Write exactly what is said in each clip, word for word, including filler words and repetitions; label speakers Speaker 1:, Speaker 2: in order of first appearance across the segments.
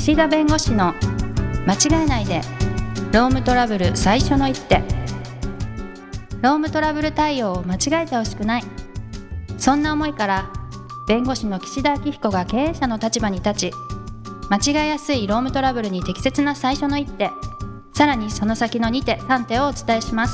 Speaker 1: 岸田弁護士の間違えないでロームトラブル最初の一手。ロームトラブル対応を間違えてほしくない、そんな思いから弁護士の岸田明彦が経営者の立場に立ち、間違えやすいロームトラブルに適切な最初の一手、さらにその先のに手さん手をお伝えします。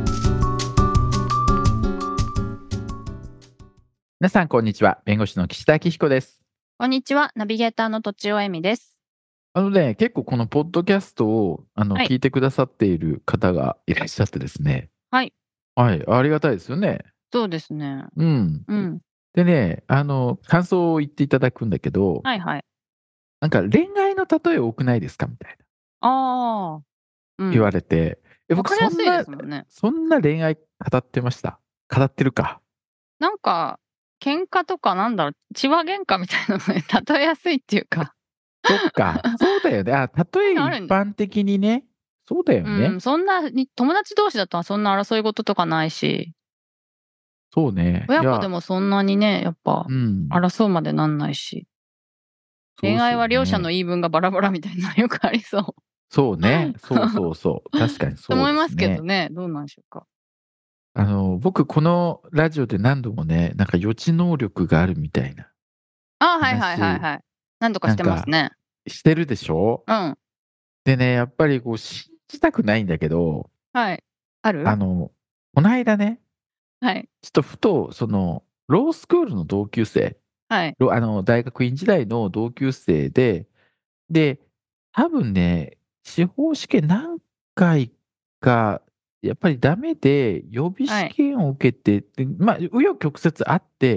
Speaker 2: 皆さんこんにちは。弁護士の岸田明彦です。
Speaker 1: こんにちは。ナビゲーターのとちおえみです。
Speaker 2: あのね、結構このポッドキャストをあの、
Speaker 1: はい、
Speaker 2: 聞いてくださっている方がいらっしゃってですね。
Speaker 1: はい。
Speaker 2: はい、ありがたいですよね。
Speaker 1: そうですね。
Speaker 2: うん。
Speaker 1: うん。
Speaker 2: でね、あの、感想を言っていただくんだけど、
Speaker 1: はいはい。
Speaker 2: なんか恋愛の例え多くないですかみたいな
Speaker 1: ああ、う
Speaker 2: 言わ
Speaker 1: ん。
Speaker 2: れて、え、僕
Speaker 1: わかりやすいで
Speaker 2: そんな、
Speaker 1: すもんね。
Speaker 2: そんな恋愛語ってました。語ってるか。
Speaker 1: なんか、喧嘩とかなんだろう、血話喧嘩みたいなので例えやすいっていうか。
Speaker 2: そっか。そうだよね。あ、例え一
Speaker 1: あるん
Speaker 2: 般的にね。そうだよ
Speaker 1: う
Speaker 2: ね。
Speaker 1: ん、そんなに友達同士だとそんな争い事とかないし、
Speaker 2: そうね。い
Speaker 1: 親子で
Speaker 2: や、
Speaker 1: もそんなにね、やっぱ
Speaker 2: うん。
Speaker 1: 争うまでなんないし、恋
Speaker 2: そうですよ
Speaker 1: 愛は両者の
Speaker 2: ね。
Speaker 1: 言い分がバラバラみたいなのよくありそう。
Speaker 2: そうね。そうそうそう。確かに
Speaker 1: と
Speaker 2: そう
Speaker 1: 思いますけど
Speaker 2: ですね。
Speaker 1: ね、どうなんでしょうか。
Speaker 2: あの、僕このラジオで何度もね、なんか予知能力があるみたいな
Speaker 1: ああ、はいはいはい
Speaker 2: 話、
Speaker 1: はい。何度かしてます
Speaker 2: なんか
Speaker 1: ね。
Speaker 2: してるでしょ？
Speaker 1: うん。
Speaker 2: でね、やっぱりこう信じたくないんだけど、
Speaker 1: はい。ある？
Speaker 2: あの、こないだね、
Speaker 1: はい。
Speaker 2: ちょっとふとその、ロースクールの同級生、
Speaker 1: はい。
Speaker 2: ろあの、大学院時代の同級生で、で、多分ね、司法試験何回かやっぱりダメで、予備試
Speaker 1: はい。
Speaker 2: 験を受けて、で、まあ、紆余曲折あって、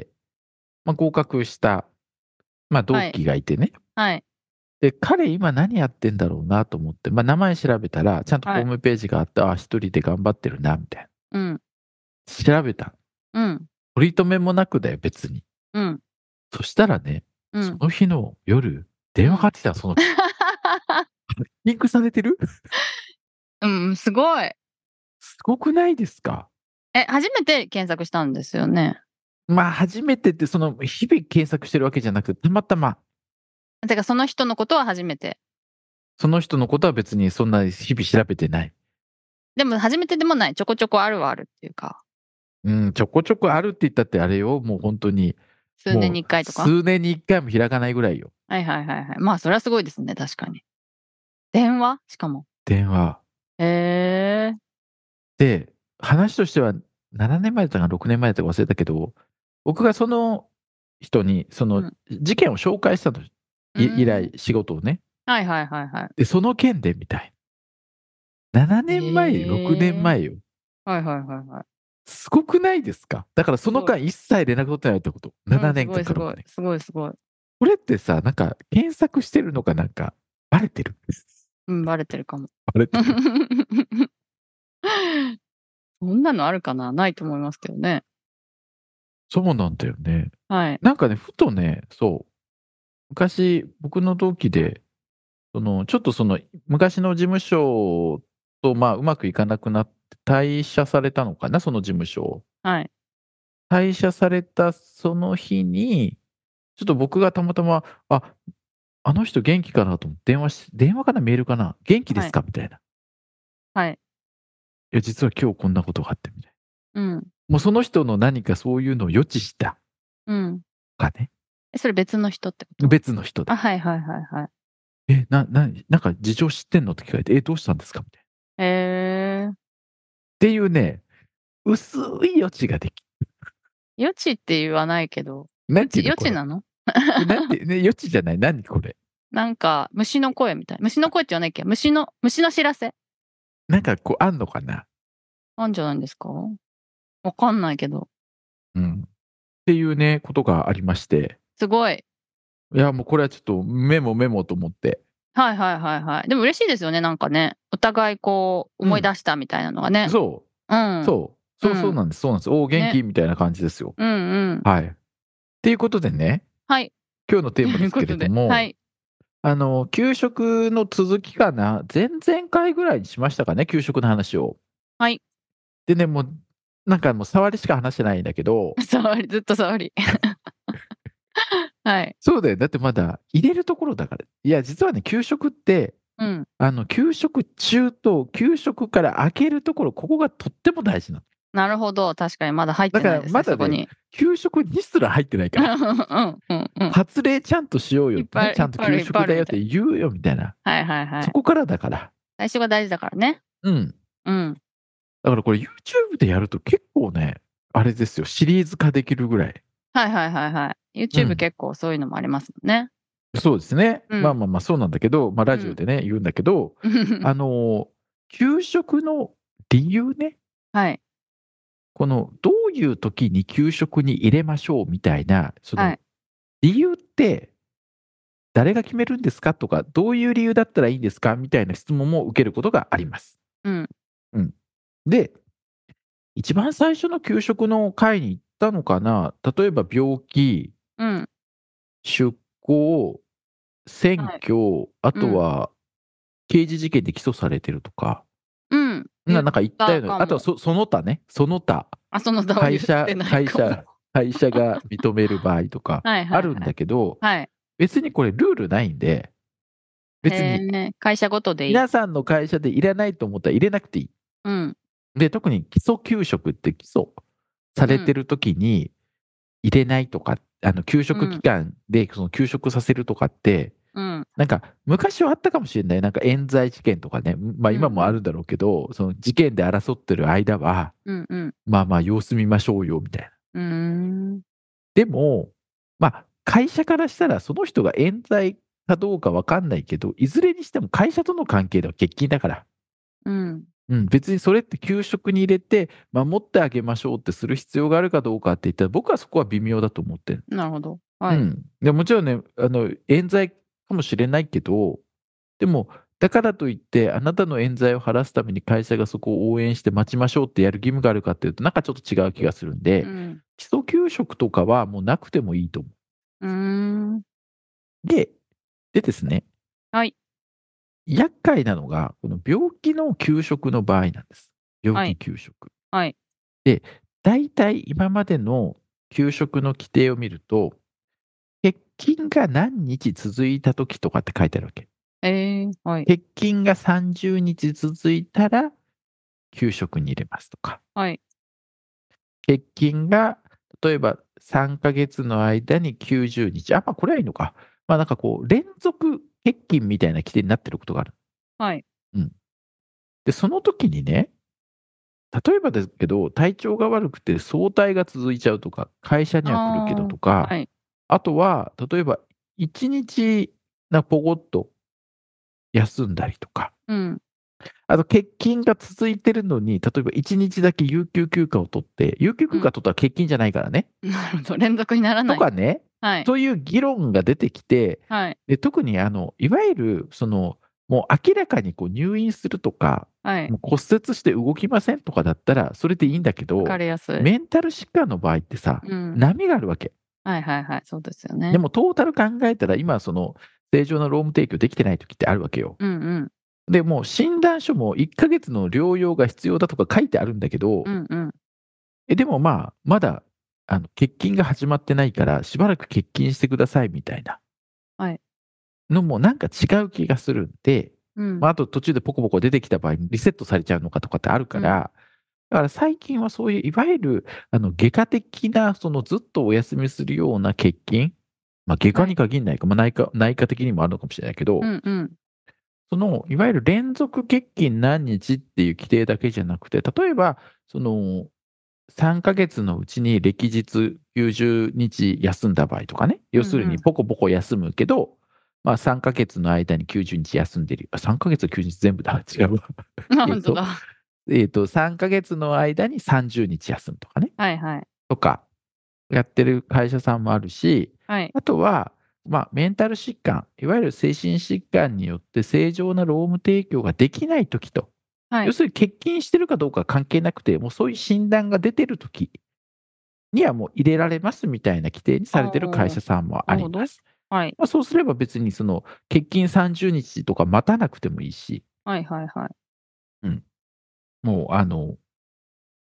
Speaker 2: まあ、合格した、まあ、同
Speaker 1: はい。
Speaker 2: 期がいてね。
Speaker 1: はい。
Speaker 2: で、彼今何やってんだろうなと思って、まあ、名前調べたら、ちゃんと
Speaker 1: はい。
Speaker 2: ホームページがあって、あ、一人で頑張ってるなみたいな。
Speaker 1: うん。
Speaker 2: 調べたの。
Speaker 1: うん。
Speaker 2: 取り留めもなくだよ、別に。
Speaker 1: うん。
Speaker 2: そしたらね、
Speaker 1: うん。
Speaker 2: その日の夜、電話かか
Speaker 1: うん。
Speaker 2: ってきたの、その子。リンクされてる？
Speaker 1: うん、すごい。
Speaker 2: すごくないですか？
Speaker 1: え、初めて検索したんですよね？
Speaker 2: まあ、初めてって、その、日々検索してるわけじゃなくて、たまたま、
Speaker 1: てか、その人のことは初めて。
Speaker 2: その人のことは別にそんな日々調べてない。
Speaker 1: でも初めてでもない、ちょこちょこあるはあるっていうか、
Speaker 2: うん、ちょこちょこあるって言ったってあれよ、もう本当に、
Speaker 1: 数年にいっ
Speaker 2: もう
Speaker 1: かいとか？
Speaker 2: 数年にいっかいも開かないぐらいよ。
Speaker 1: はいはいはいはい。まあ、それはすごいですね、確かに。電話？しかも。
Speaker 2: 電話。
Speaker 1: へえ。
Speaker 2: で、話としてはななねんまえだったかろくねんまえだったか忘れたけど、僕がその人に、その
Speaker 1: うん。
Speaker 2: 事件を紹介したの。
Speaker 1: うー
Speaker 2: い依頼、
Speaker 1: ん。
Speaker 2: 仕事をね。
Speaker 1: はいはいはいはい。
Speaker 2: で、その件でみたい。7
Speaker 1: へ
Speaker 2: 年前、ろくねんま
Speaker 1: え。
Speaker 2: えよ。
Speaker 1: はいはいはいはい。
Speaker 2: すごくないですか？だからその
Speaker 1: すごい。
Speaker 2: 間一切連絡取ってないってこと。7
Speaker 1: うん、す
Speaker 2: 年
Speaker 1: ごいすごい。
Speaker 2: 間かろくねん。
Speaker 1: すごいすごい。
Speaker 2: これってさ、なんか検索してるのかなんかバレてる？
Speaker 1: うん、バレてるかも。
Speaker 2: バレてる。
Speaker 1: そんなのあるかな？ないと思いますけどね。
Speaker 2: そうなんだよね。
Speaker 1: はい。
Speaker 2: なんかね、ふとね、そう、昔僕の同期で、その、ちょっとその、昔の事務所と、まあ、うまくいかなくなって退社されたのかな、その事務所を。
Speaker 1: はい。
Speaker 2: 退社されたその日に、ちょっと僕がたまたま、あ、あの人元気かなと思って電話し電話かな、メールかな、元気で
Speaker 1: はい。
Speaker 2: すかみたいな。い
Speaker 1: はい。
Speaker 2: や、実は今日こんなことがあってみたい
Speaker 1: うん。
Speaker 2: な。もうその人の何かそういうのを予知した
Speaker 1: うん。
Speaker 2: かね、
Speaker 1: え、それ別の人ってこと？あ、
Speaker 2: 別の人で。
Speaker 1: はいはいはいはい。
Speaker 2: え、なななんか事情知ってんのって聞かれて、え、どうしたんですかみたいな。っ
Speaker 1: へえ。
Speaker 2: ていうね、薄い予知ができ
Speaker 1: 予知って言わないけど、
Speaker 2: なんていう
Speaker 1: 予知
Speaker 2: のこれ。
Speaker 1: 予知なの？
Speaker 2: これなんて、ね、予知じゃない、何これ。
Speaker 1: なんか、虫の声みたい。虫の声って言わないっけ？虫の虫の知らせ
Speaker 2: なんかこうあんのかな。
Speaker 1: なんじゃないんですか？わかんないけど。
Speaker 2: うん。っていうね、ことがありまして。
Speaker 1: すごい。
Speaker 2: いや、もうこれはちょっとメモメモと思って。
Speaker 1: はいはいはいはい。でも嬉しいですよね、なんかね。お互いこう思い
Speaker 2: うん。
Speaker 1: 出したみたいなのがね。
Speaker 2: そう。
Speaker 1: うん。
Speaker 2: そう。そうそう
Speaker 1: うん。
Speaker 2: なんですそうなんです。おお、元
Speaker 1: ね。
Speaker 2: 気？みたいな感じですよ。
Speaker 1: うんうん。
Speaker 2: はい。っていうことでね、
Speaker 1: はい。
Speaker 2: 今日の
Speaker 1: と
Speaker 2: テーマですけれ
Speaker 1: いうことで、は
Speaker 2: ども、
Speaker 1: い。
Speaker 2: あの、給食の続きかな、前々回ぐらいにしましたかね、給食の話を。
Speaker 1: はい。
Speaker 2: でね、もう、なんかもう触りしか話してないんだけど、
Speaker 1: 触りずっと触り。 はい。
Speaker 2: そうだよ。だってまだ入れるところだから。いや、実はね、給食って、
Speaker 1: うん。
Speaker 2: あの、給食中と給食から開けるところ、ここがとっても大事なの。
Speaker 1: なるほど、確かにまだ入っ
Speaker 2: だから
Speaker 1: てないですね、
Speaker 2: まだね、
Speaker 1: そこに。
Speaker 2: 給食にすら入ってない
Speaker 1: うん
Speaker 2: から。
Speaker 1: うんうんうん。
Speaker 2: 発令ちゃんとしようよってね、
Speaker 1: いっぱい
Speaker 2: ちゃんと給
Speaker 1: いっぱいあるいっぱいあ
Speaker 2: 食だよって
Speaker 1: るみたい。
Speaker 2: 言うよみたいな。
Speaker 1: はいはいはい。
Speaker 2: そこからだから。
Speaker 1: 最初が大事だからね。
Speaker 2: うん。
Speaker 1: うん。
Speaker 2: だからこれ YouTube でやると結構ね、あれですよ、シリーズ化できるぐらい。
Speaker 1: はいはいはいはい。
Speaker 2: う
Speaker 1: YouTube
Speaker 2: ん。
Speaker 1: 結構そういうのもありますもんね。
Speaker 2: そうですね。
Speaker 1: うん。
Speaker 2: まあまあまあ、そうなんだけど、ま、ラジオ
Speaker 1: うん。
Speaker 2: でね、言うんだけど、あの、給食の理由ね、
Speaker 1: はい。
Speaker 2: このどういう時に給食に入れましょうみたいな、その
Speaker 1: はい。
Speaker 2: 理由って誰が決めるんですかとか、どういう理由だったらいいんですかみたいな質問も受けることがあります。
Speaker 1: うん。
Speaker 2: うん。で、一番最初の給食の会に行ったのかな、例えば病気、
Speaker 1: うん。
Speaker 2: 出向、選
Speaker 1: はい。
Speaker 2: 挙、あ
Speaker 1: うん。
Speaker 2: とは刑事事件で起訴されてるとか、
Speaker 1: うん。言っ
Speaker 2: ななんか言ったような、あとは
Speaker 1: たかも。
Speaker 2: そその他ね、その他、
Speaker 1: あ、その他は言っ
Speaker 2: 会社
Speaker 1: てないかも。
Speaker 2: 会社会社が認める場合とか
Speaker 1: はいは
Speaker 2: あるん
Speaker 1: いはい。
Speaker 2: だけど、
Speaker 1: はい。
Speaker 2: 別にこれルールないんで、別に
Speaker 1: へえ、会社ごとでいい。
Speaker 2: 皆さんの会社でいらないと思ったら入れなくていい。
Speaker 1: うん。
Speaker 2: で、特に基礎給食って基礎さ
Speaker 1: うん。
Speaker 2: れてる時に入れないとか、あの給食期
Speaker 1: うん。
Speaker 2: 間でその休職させるとかって、
Speaker 1: うん。
Speaker 2: なんか昔はあったかもしれない。なんか冤罪事件とかね、ま、
Speaker 1: うんうん。
Speaker 2: 今もあるんだろうけど、その事件で争ってる間は、
Speaker 1: うんうん。
Speaker 2: まあまあ様子見ましょうよみたいな。
Speaker 1: うーん。
Speaker 2: でも、ま、会社からしたらその人が冤罪かどうかわかんないけど、いずれにしても会社との関係では欠勤だから。
Speaker 1: うん。
Speaker 2: うん、別にそれって給食に入れて守ってあげましょうってする必要があるかどうかって言ったら、僕はそこは微妙だと思ってん。
Speaker 1: なるほど。はい。
Speaker 2: うん。で、もちろんね、あの、冤罪かもしれないけど、でも、だからといって、あなたの冤罪を晴らすために会社がそこを応援して待ちましょうってやる義務があるかっていうと、なんかちょっと違う気がするんで、
Speaker 1: うん。
Speaker 2: 基礎給食とかはもうなくてもいいと思
Speaker 1: うーん。
Speaker 2: う。で、でですね、
Speaker 1: はい。
Speaker 2: 厄介なのが、この病気の給食の場合なんです。病気
Speaker 1: はい。
Speaker 2: 給食。
Speaker 1: はい。
Speaker 2: で、大体今までの給食の規定を見ると、欠勤が何日続いた時とかって書いてあるわけ。
Speaker 1: ええ、はい。
Speaker 2: 欠勤がさんじゅうにち続いたら給食に入れますとか、
Speaker 1: はい。
Speaker 2: 欠勤が例えばさんかげつの間にきゅうじゅうにち、あ、ま、これはいいのか。ま、なんかこう連続欠勤みたいな規定になってることがある。
Speaker 1: はい。
Speaker 2: うん。で、その時にね、例えばですけど、体調が悪くて早退が続いちゃうとか、会社には来るけど
Speaker 1: あ
Speaker 2: とか、
Speaker 1: あ、はい。
Speaker 2: あとは例えばいちにちなポコッと休んだりとか、
Speaker 1: うん。
Speaker 2: あと欠勤が続いてるのに、例えばいちにちだけ有給休暇を取って、有給
Speaker 1: うん。
Speaker 2: 休暇取ったら欠勤じゃないからね。
Speaker 1: なるほど、連続にならない。
Speaker 2: とかね、
Speaker 1: はい。
Speaker 2: そういう議論が出てきて、
Speaker 1: はい。
Speaker 2: で、特にあの、いわゆるその、もう明らかにこう入院するとか、
Speaker 1: はい。
Speaker 2: もう骨折して動きませんとかだったら、それでいいんだけ
Speaker 1: 分か
Speaker 2: ど、
Speaker 1: りやすい。
Speaker 2: メンタル疾患の場合ってさ、
Speaker 1: うん。
Speaker 2: 波があるわけ。
Speaker 1: はいはいはい、そうですよね。
Speaker 2: でもトータル考えたら、今その正常な労務提供できてない時ってあるわけよ。
Speaker 1: うんうん。
Speaker 2: で、もう診断書もいっかげつの療養が必要だとか書いてあるんだけど、
Speaker 1: うんうん。
Speaker 2: え、でもまあ、まだ、あの、欠勤が始まってないから、しばらく欠勤してくださいみたいな
Speaker 1: はい。
Speaker 2: のもなんか違う気がするんで、
Speaker 1: うん。
Speaker 2: まあ、あと途中でポコポコ出てきた場合にリセットされちゃうのかとかってある
Speaker 1: うん。
Speaker 2: から、だから最近はそういういわゆる、あの、外科的な、そのずっとお休みするような欠勤、ま、外科に
Speaker 1: はい。
Speaker 2: 限んないか、ま、内科内科的にもあるのかもしれないけど、
Speaker 1: うんうん。
Speaker 2: その、いわゆる連続欠勤何日っていう規定だけじゃなくて、例えば、その、さんかげつのうちに歴日きゅうじゅうにち休んだ場合とかね、要する
Speaker 1: うんうん。
Speaker 2: にポコポコ休むけど、まあ、さんかげつの間にきゅうじゅうにち休んでる。あ、さんかげつときゅうじゅうにち全部だ。違うわ。
Speaker 1: あ、
Speaker 2: えっと、
Speaker 1: ほんとだ。
Speaker 2: えっと、さんかげつの間にさんじゅうにち休むとかね、
Speaker 1: はいはい。
Speaker 2: とか、やってる会社さんもあるし、
Speaker 1: はい。
Speaker 2: あとは、まあ、メンタル疾患、いわゆる精神疾患によって正常な労務提供ができない時と、
Speaker 1: はい。
Speaker 2: 要するに欠勤してるかどうかは関係なくて、もうそういう診断が出てる時にはもう入れられますみたいな規定にされてる会
Speaker 1: ああ、
Speaker 2: 社さんも
Speaker 1: なるほど。
Speaker 2: あります。
Speaker 1: はい。
Speaker 2: まあ、そうすれば別にその欠勤さんじゅうにちとか待たなくてもいいし、
Speaker 1: はいはいはい。
Speaker 2: うん、もうあの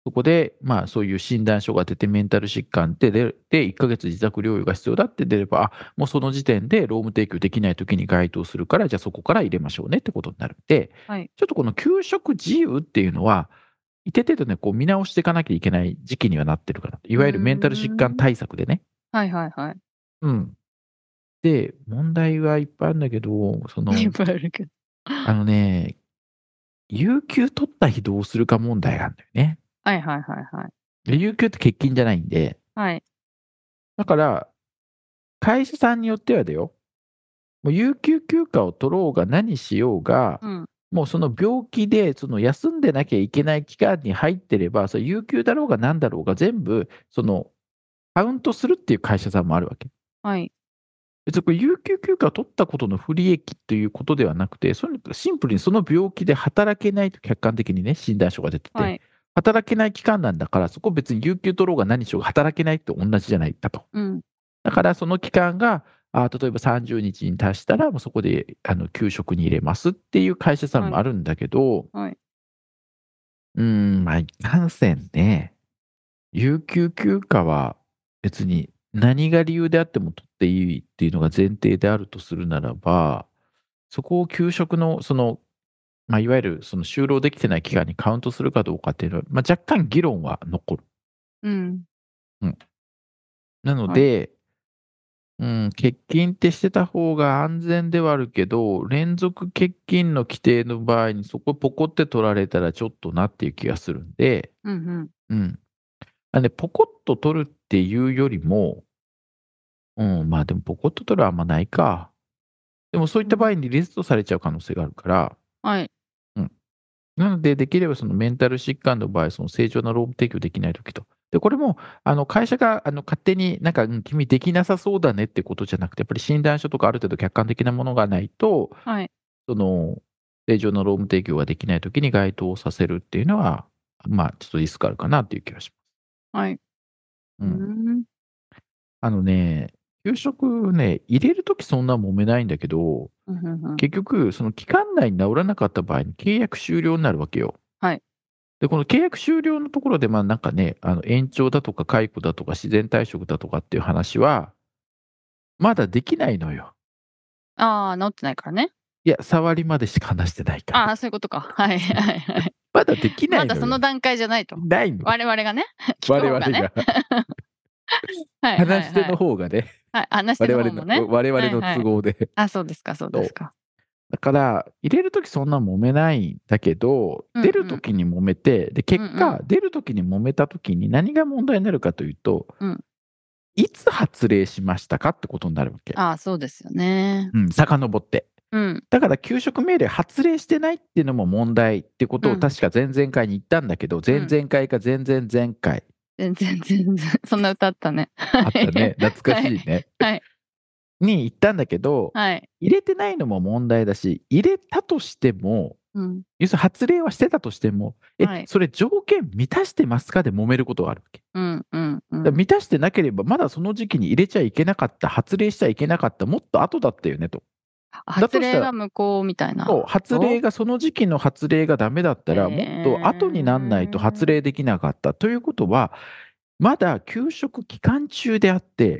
Speaker 2: そこで、まあ、そういう診断書が出て、メンタル疾患ってで、で、いっかげつ自宅療養が必要だって出れば、あ、もうその時点で労務提供できないときに該当するから、じゃあそこから入れましょうねってことになるんで、
Speaker 1: はい。
Speaker 2: ちょっとこの休職自由っていうのは、一定程度ね、こう見直していかなきゃいけない時期にはなってるかなと。いうわゆるメンタル疾患
Speaker 1: ーん。
Speaker 2: 対策でね。
Speaker 1: はいはいはい。
Speaker 2: うん。で、問題はいっぱいあるんだけど、そ
Speaker 1: いっ
Speaker 2: の、
Speaker 1: ぱいあるけど。
Speaker 2: あのね、有給取った日どうするか問題があるんだよね。
Speaker 1: はいはいはいはい。
Speaker 2: で、有給って欠勤じゃないんで、
Speaker 1: はい。
Speaker 2: だから、会社さんによってはだよ、もう有給休暇を取ろうが何しようが、
Speaker 1: うん。
Speaker 2: もうその病気でその休んでなきゃいけない期間に入ってれば、それ有給だろうが何だろうが全部そのカウントするっていう会社さんもあるわけ。
Speaker 1: はい。
Speaker 2: 別にこれ有給休暇を取ったことの不利益ということではなくて、それシンプルにその病気で働けないと客観的にね、診断書が出てて、
Speaker 1: はい。
Speaker 2: 働けない期間なんだから、そこ別に有給取ろうが何しようが働けないって同じじゃないかと。
Speaker 1: うん。
Speaker 2: だからその期間が、あ例えばさんじゅうにちに達したら、もうそこであの休職に入れますっていう会社さん
Speaker 1: はい。
Speaker 2: もあるんだけど、
Speaker 1: はい。
Speaker 2: うーん、まあ、いかんせんね、有給休暇は別に何が理由であっても取っていいっていうのが前提であるとするならば、そこを休職のその、まあ、いわゆるその就労できてない期間にカウントするかどうかっていうのは、まあ、若干議論は残る。
Speaker 1: うん。
Speaker 2: うん。なの
Speaker 1: はい。
Speaker 2: で、うん、欠勤ってしてた方が安全ではあるけど、連続欠勤の規定の場合にそこポコって取られたらちょっとなっていう気がするんで、
Speaker 1: うんうん。
Speaker 2: うん。なんでポコッと取るっていうよりも、うん、まあでもポコッと取るはあんまないか。でもそういっ
Speaker 1: うん。
Speaker 2: た場合にリストされちゃう可能性があるから、
Speaker 1: はい。
Speaker 2: うん。なので、できればそのメンタル疾患の場合、その正常な労務提供できないときと。で、これも、あの、会社が、あの、勝手になんか、うん、君できなさそうだねってことじゃなくて、やっぱり診断書とかある程度客観的なものがないと、
Speaker 1: はい。
Speaker 2: その、正常な労務提供ができないときに該当させるっていうのは、まあ、ちょっとリスクあるかなっていう気がします。
Speaker 1: はい。
Speaker 2: うん。
Speaker 1: うーん。
Speaker 2: あのね、給食ね、入れるときそんな揉めないんだけど、
Speaker 1: うん、ふんふん。
Speaker 2: 結局、その期間内に治らなかった場合に契約終了になるわけよ。
Speaker 1: はい。
Speaker 2: で、この契約終了のところで、まあ、なんかね、あの、延長だとか解雇だとか自然退職だとかっていう話は、まだできないのよ。
Speaker 1: ああ、治ってないからね。
Speaker 2: いや、触りまでしか話してないから。
Speaker 1: ああ、そういうことか。はいはいはい。
Speaker 2: まだできな
Speaker 1: ま
Speaker 2: いのよ。
Speaker 1: だその段階じゃないと。
Speaker 2: ないの。
Speaker 1: 我々がね、聞く方がね。
Speaker 2: 我々が。
Speaker 1: はいはい
Speaker 2: 話し手の
Speaker 1: はい。
Speaker 2: 方がね、
Speaker 1: はい、話し手
Speaker 2: 我々の
Speaker 1: の方もね。
Speaker 2: 我々の
Speaker 1: はいはい。
Speaker 2: 都合で。
Speaker 1: あ、そうですかそうで
Speaker 2: そう。
Speaker 1: すか。
Speaker 2: だから、入れる時そんな揉めないんだけど、出る
Speaker 1: うんうん。
Speaker 2: 時に揉めて、で、
Speaker 1: うんう
Speaker 2: 結果、
Speaker 1: ん。
Speaker 2: 出る時に揉めた時に何が問題になるかというと、
Speaker 1: うん。
Speaker 2: いつ発令しましたかってことになるわけ。
Speaker 1: ああ、そうですよね。
Speaker 2: うん、遡って。
Speaker 1: うん。
Speaker 2: だから給食命令発令してないっていうのも問題ってことを
Speaker 1: うん。
Speaker 2: 確か前々回に言ったんだけど、前
Speaker 1: うん。
Speaker 2: 々回か前々前回。
Speaker 1: 全然全然、そんな歌あったね。はい。
Speaker 2: あったね、懐か
Speaker 1: はい。
Speaker 2: しいね。
Speaker 1: はい。
Speaker 2: に言ったんだけど、
Speaker 1: はい。
Speaker 2: 入れてないのも問題だし、入れたとしても、
Speaker 1: うん。
Speaker 2: 要するに発令はしてたとしても、え、
Speaker 1: はい。
Speaker 2: それ条件満たしてますかで揉めることがあるわけ。
Speaker 1: うんうんう
Speaker 2: だ
Speaker 1: ん。
Speaker 2: 満たしてなければ、まだその時期に入れちゃいけなかった、発令しちゃいけなかった、もっと後だったよねと。だ
Speaker 1: 発令
Speaker 2: としたら、
Speaker 1: が無効みたいな
Speaker 2: そう、発令
Speaker 1: こと？
Speaker 2: がその時期の発令がダメだったら、もっと後になんないと発
Speaker 1: ええ。
Speaker 2: 令できなかった。ということは、まだ休職期間中であって、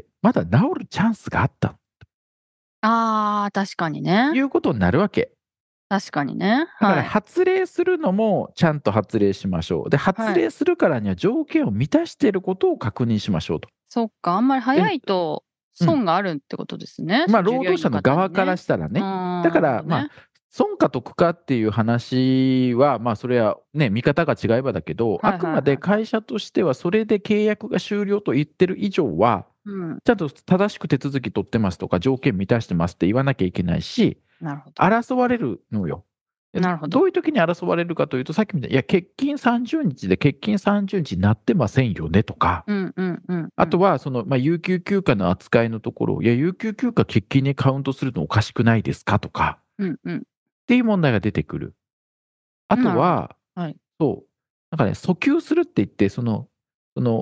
Speaker 2: まだ治るチャンスがあった。
Speaker 1: ああ、確かにね。
Speaker 2: いうことになるわけ。
Speaker 1: 確かにね。
Speaker 2: だから
Speaker 1: はい。
Speaker 2: 発令するのもちゃんと発令しましょう。で、発
Speaker 1: はい。
Speaker 2: 令するからには条件を満たしていることを確認しましょうと。
Speaker 1: そっか、あんまり早
Speaker 2: で、
Speaker 1: いと
Speaker 2: うん。
Speaker 1: 損があるってことですね。
Speaker 2: まあ、
Speaker 1: 従業員の
Speaker 2: 労働者の側から
Speaker 1: 方にね。
Speaker 2: したら
Speaker 1: うー
Speaker 2: ね。だ
Speaker 1: ん、
Speaker 2: から、まあ、
Speaker 1: なるほどね。
Speaker 2: 損か得かっていう話は、まあ、それはね、見方が違えばだけど、あ
Speaker 1: はい
Speaker 2: くまで
Speaker 1: はいはい。
Speaker 2: 会社としてはそれで契約が終了と言ってる以上は、
Speaker 1: うん、
Speaker 2: ちゃんと正しく手続き取ってますとか、条件満たしてますって言わなきゃいけないし、
Speaker 1: なるほど。
Speaker 2: 争われるのよ。で、
Speaker 1: なるほど。
Speaker 2: どういう時に争われるかというと、さっきみたいに、いや、欠勤さんじゅうにちで欠勤さんじゅうにちになってませんよねとか、
Speaker 1: うんうんうんうん。
Speaker 2: あとはその、まあ、有給休暇の扱いのところ、いや、有給休暇欠勤にカウントするのおかしくないですかとか
Speaker 1: うんうん。
Speaker 2: っていう問題が出てくる。あと
Speaker 1: なるほど。
Speaker 2: は、
Speaker 1: はい。
Speaker 2: そう、なんかね、訴求するって言って、そのその、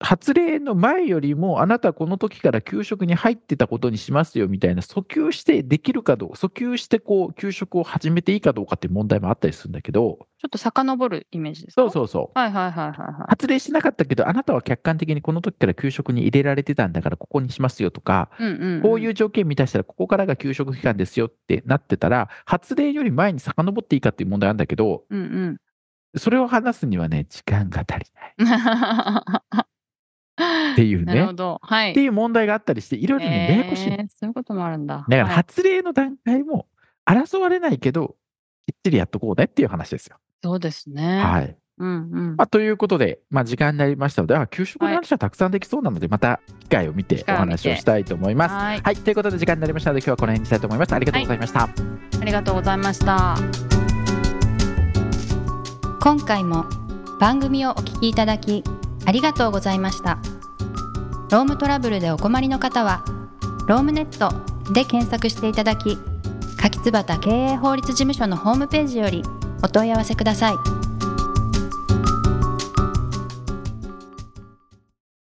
Speaker 2: 発令の前よりもあなたこの時から給食に入ってたことにしますよみたいな訴求してできるかどうか、訴求してこう給食を始めていいかどうかっていう問題もあったりするんだけど、
Speaker 1: ちょっと遡るイメージですか？
Speaker 2: そうそうそう。
Speaker 1: はいはいはいはいはい。
Speaker 2: 発令しなかったけど、あなたは客観的にこの時から給食に入れられてたんだからここにしますよとか、
Speaker 1: うんうんうん、
Speaker 2: こういう条件満たしたらここからが給食期間ですよってなってたら、発令より前に遡っていいかっていう問題あるんだけど、
Speaker 1: うんうん、
Speaker 2: それを話すにはね、時間が足りないっていうね。
Speaker 1: なるほど。はい。
Speaker 2: っていう問題があったりして、いろいろね、ややこしいの。
Speaker 1: えー、そういうこともあるんだ。
Speaker 2: だから
Speaker 1: はい、
Speaker 2: 発令の段階も争われないけど、きっちりやっとこうねっていう話ですよ。
Speaker 1: そうですね。
Speaker 2: はい。
Speaker 1: うんうん。
Speaker 2: まあ、ということで、まあ、時間になりましたので、あ給食の
Speaker 1: はい。
Speaker 2: 話はたくさんできそうなので、また機会を見てお
Speaker 1: 機会を見て。
Speaker 2: 話をしたいと思います。
Speaker 1: はい。
Speaker 2: はい。ということで時間になりましたので、今日はこの辺にしたいと思います。ありがとうございました。
Speaker 1: ありがとうございました。
Speaker 3: 今回も番組をお聞きいただきありがとうございました。ロームトラブルでお困りの方はロームネットで検索していただき、柿椿経営法律事務所のホームページよりお問い合わせください。